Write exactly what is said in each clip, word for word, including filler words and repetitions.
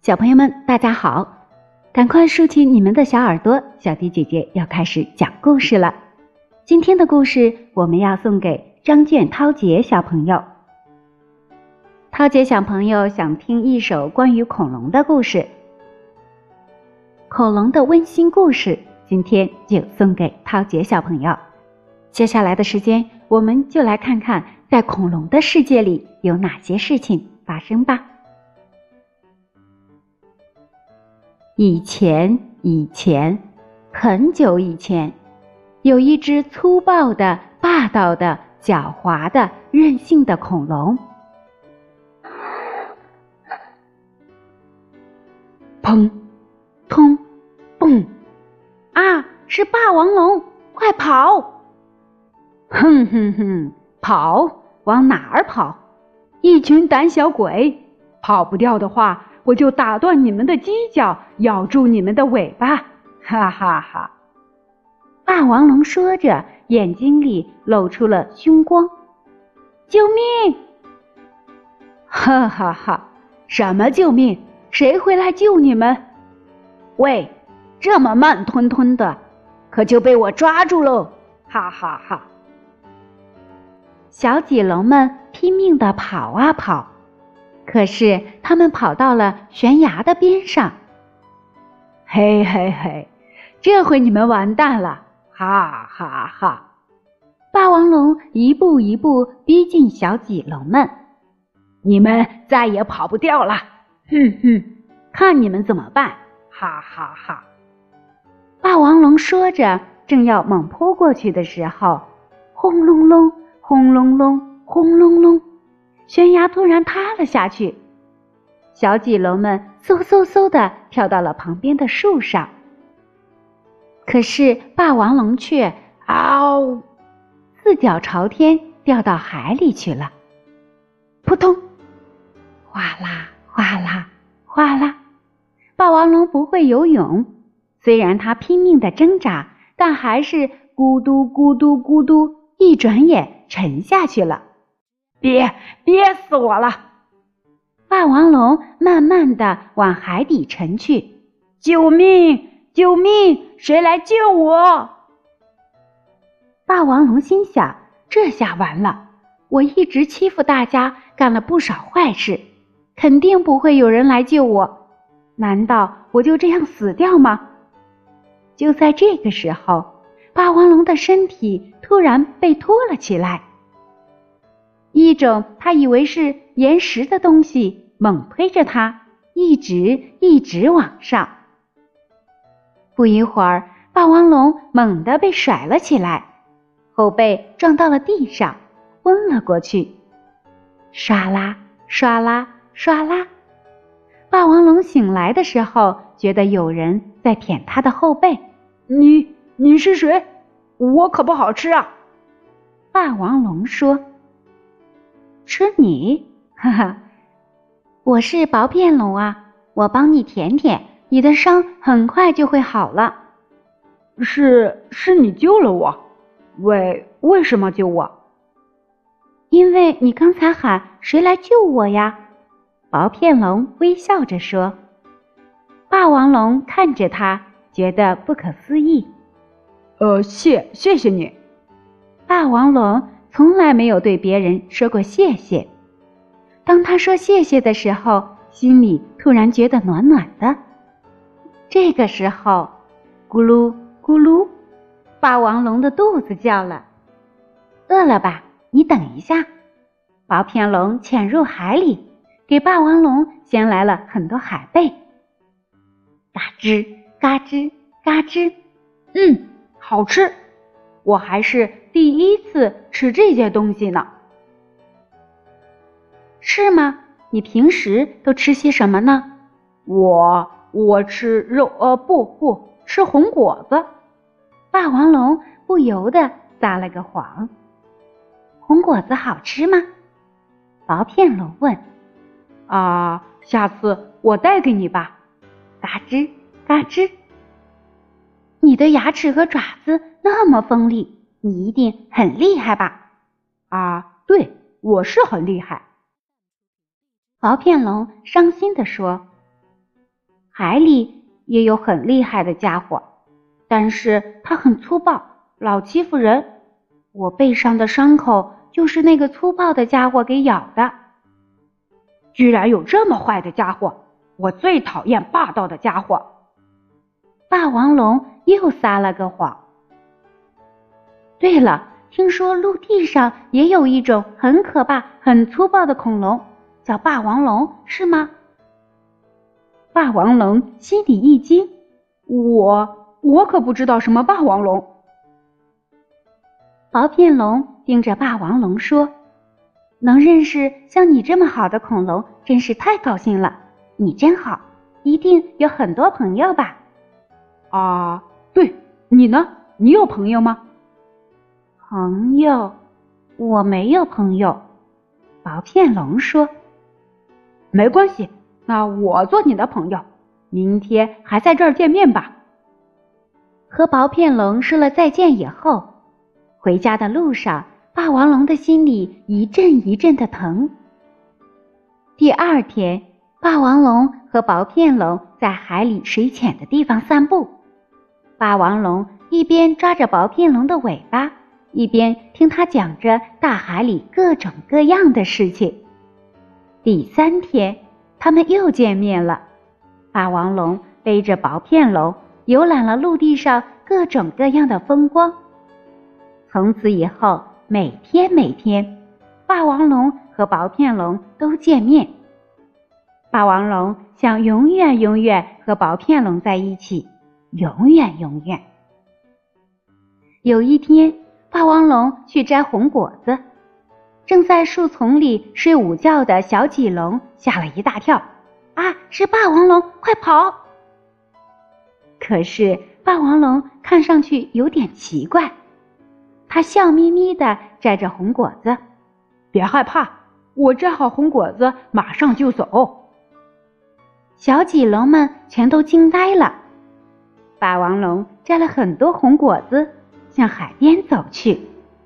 小朋友们，大家好！赶快竖起你们的小耳朵，小迪姐姐要开始讲故事了。今天的故事我们要送给张卷涛杰小朋友。涛杰小朋友想听一首关于恐龙的故事，恐龙的温馨故事，今天就送给涛杰小朋友。接下来的时间，我们就来看看在恐龙的世界里有哪些事情发生吧。以前，以前，很久以前，有一只粗暴的、霸道的、狡猾的、任性的恐龙。砰，通，蹦！啊，是霸王龙，快跑！哼哼哼，跑？往哪儿跑？一群胆小鬼！跑不掉的话，我就打断你们的犄角，咬住你们的尾巴！哈哈哈！霸王龙说着，眼睛里露出了凶光。救命！哈哈哈！什么救命？谁会来救你们？喂，这么慢吞吞的，可就被我抓住喽！哈哈哈！小棘龙们拼命地跑啊跑。可是他们跑到了悬崖的边上。嘿嘿嘿，这回你们完蛋了！哈哈哈！霸王龙一步一步逼近小棘龙们，你们再也跑不掉了！哼哼，看你们怎么办！哈哈哈！霸王龙说着，正要猛扑过去的时候，轰隆隆，轰隆隆，轰隆隆。悬崖突然塌了下去，小棘龙们嗖嗖嗖地跳到了旁边的树上。可是霸王龙却嗷，四脚朝天掉到海里去了。扑通，哗啦哗啦哗啦！霸王龙不会游泳，虽然它拼命地挣扎，但还是咕嘟咕嘟咕嘟，一转眼沉下去了。憋憋死我了！霸王龙慢慢地往海底沉去。救命！救命！谁来救我？霸王龙心想，这下完了，我一直欺负大家，干了不少坏事，肯定不会有人来救我，难道我就这样死掉吗？就在这个时候，霸王龙的身体突然被拖了起来，一种他以为是岩石的东西猛推着他，一直一直往上。不一会儿，霸王龙猛地被甩了起来，后背撞到了地上，昏了过去。唰啦唰啦唰啦，霸王龙醒来的时候，觉得有人在舔他的后背。你你是谁？我可不好吃啊！霸王龙说。吃你？哈哈，我是薄片龙啊，我帮你舔舔，你的伤很快就会好了。是是你救了我？为为什么救我？因为你刚才喊谁来救我呀？薄片龙微笑着说。霸王龙看着他，觉得不可思议。呃，谢谢谢你。霸王龙从来没有对别人说过谢谢。当他说谢谢的时候，心里突然觉得暖暖的。这个时候，咕噜咕噜，霸王龙的肚子叫了。饿了吧？你等一下。薄片龙潜入海里，给霸王龙衔来了很多海贝。嘎吱嘎吱嘎吱，嗯，好吃。我还是第一次吃这些东西呢。是吗？你平时都吃些什么呢？我我吃肉，呃，不不，吃红果子。霸王龙不由得撒了个谎。红果子好吃吗？薄片龙问。啊，下次我带给你吧。嘎吱嘎吱。你的牙齿和爪子那么锋利，你一定很厉害吧？啊，对，我是很厉害。薄片龙伤心地说。 海里也有很厉害的家伙，但是他很粗暴，老欺负人。我背上的伤口就是那个粗暴的家伙给咬的。居然有这么坏的家伙，我最讨厌霸道的家伙。霸王龙又撒了个谎。对了，听说陆地上也有一种很可怕、很粗暴的恐龙，叫霸王龙，是吗？霸王龙心里一惊，我我可不知道什么霸王龙。薄片龙盯着霸王龙说，能认识像你这么好的恐龙真是太高兴了，你真好，一定有很多朋友吧？啊，对，你呢？你有朋友吗？朋友？我没有朋友。薄片龙说。没关系，那我做你的朋友，明天还在这儿见面吧。和薄片龙说了再见以后，回家的路上，霸王龙的心里一阵一阵的疼。第二天，霸王龙和薄片龙在海里水浅的地方散步。霸王龙一边抓着薄片龙的尾巴，一边听他讲着大海里各种各样的事情。第三天，他们又见面了。霸王龙背着薄片龙游览了陆地上各种各样的风光。从此以后，每天每天，霸王龙和薄片龙都见面。霸王龙想永远永远和薄片龙在一起，永远永远。有一天，霸王龙去摘红果子，正在树丛里睡午觉的小棘龙吓了一大跳，啊，是霸王龙，快跑！可是霸王龙看上去有点奇怪，他笑眯眯地摘着红果子，别害怕，我摘好红果子马上就走。小棘龙们全都惊呆了。霸王龙摘了很多红果子，向海边走去。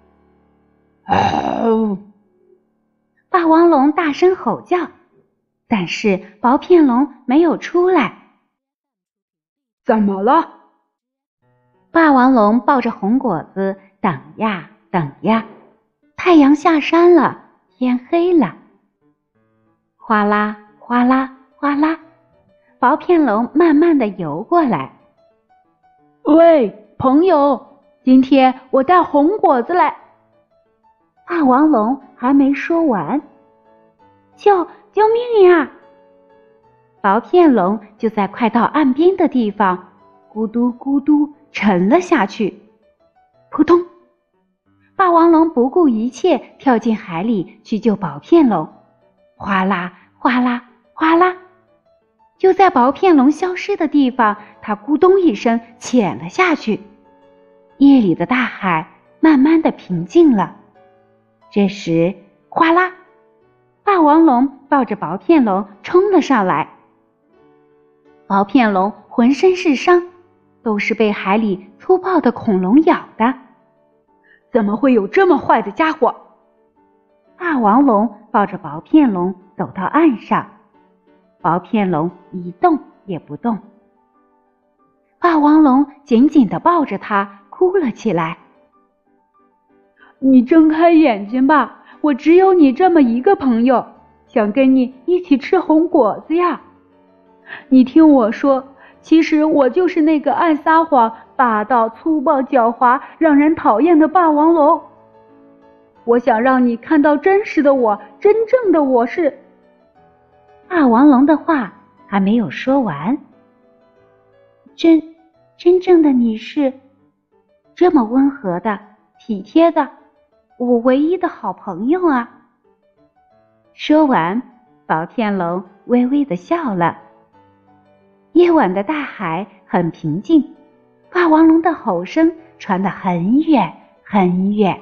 哦！霸王龙大声吼叫，但是薄片龙没有出来。怎么了？霸王龙抱着红果子等呀等呀，太阳下山了，天黑了。哗啦哗啦哗啦，薄片龙慢慢地游过来。喂，朋友，今天我带红果子来。霸王龙还没说完，救救命呀！薄片龙就在快到岸边的地方，咕嘟咕嘟沉了下去。扑通！霸王龙不顾一切跳进海里去救薄片龙。哗啦哗啦哗啦！就在薄片龙消失的地方，它咕咚一声潜了下去。夜里的大海慢慢的平静了。这时，哗啦！霸王龙抱着薄片龙冲了上来。薄片龙浑身是伤，都是被海里粗暴的恐龙咬的。怎么会有这么坏的家伙？霸王龙抱着薄片龙走到岸上，薄片龙一动也不动。霸王龙紧紧地抱着它，哭了起来。你睁开眼睛吧，我只有你这么一个朋友，想跟你一起吃红果子呀。你听我说，其实我就是那个爱撒谎、霸道、粗暴、狡猾、让人讨厌的霸王龙。我想让你看到真实的我，真正的我是……霸王龙的话还没有说完。真真正的你是这么温和的、体贴的，我唯一的好朋友啊。说完，薄片龙微微地笑了。夜晚的大海很平静，霸王龙的吼声传得很远很远。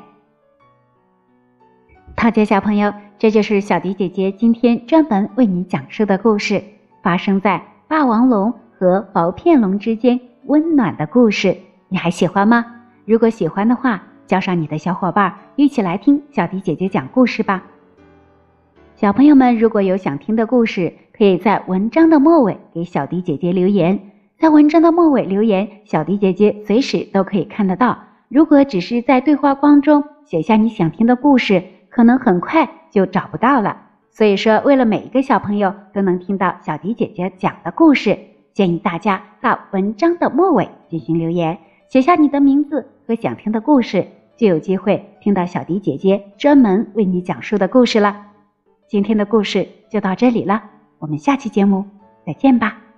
好的，小朋友，这就是小迪姐姐今天专门为你讲述的故事，发生在霸王龙和薄片龙之间温暖的故事，你还喜欢吗？如果喜欢的话，叫上你的小伙伴一起来听小迪姐姐讲故事吧。小朋友们如果有想听的故事，可可以在文章的末尾给小迪姐姐留言。在文章的末尾留言，小迪姐姐随时都可以看得到。如果只是在对话框中写下你想听的故事，可能很快就找不到了。所以说，为了每一个小朋友都能听到小迪姐姐讲的故事，建议大家到文章的末尾进行留言，写下你的名字和想听的故事，就有机会听到小迪姐姐专门为你讲述的故事了。今天的故事就到这里了，我们下期节目再见吧。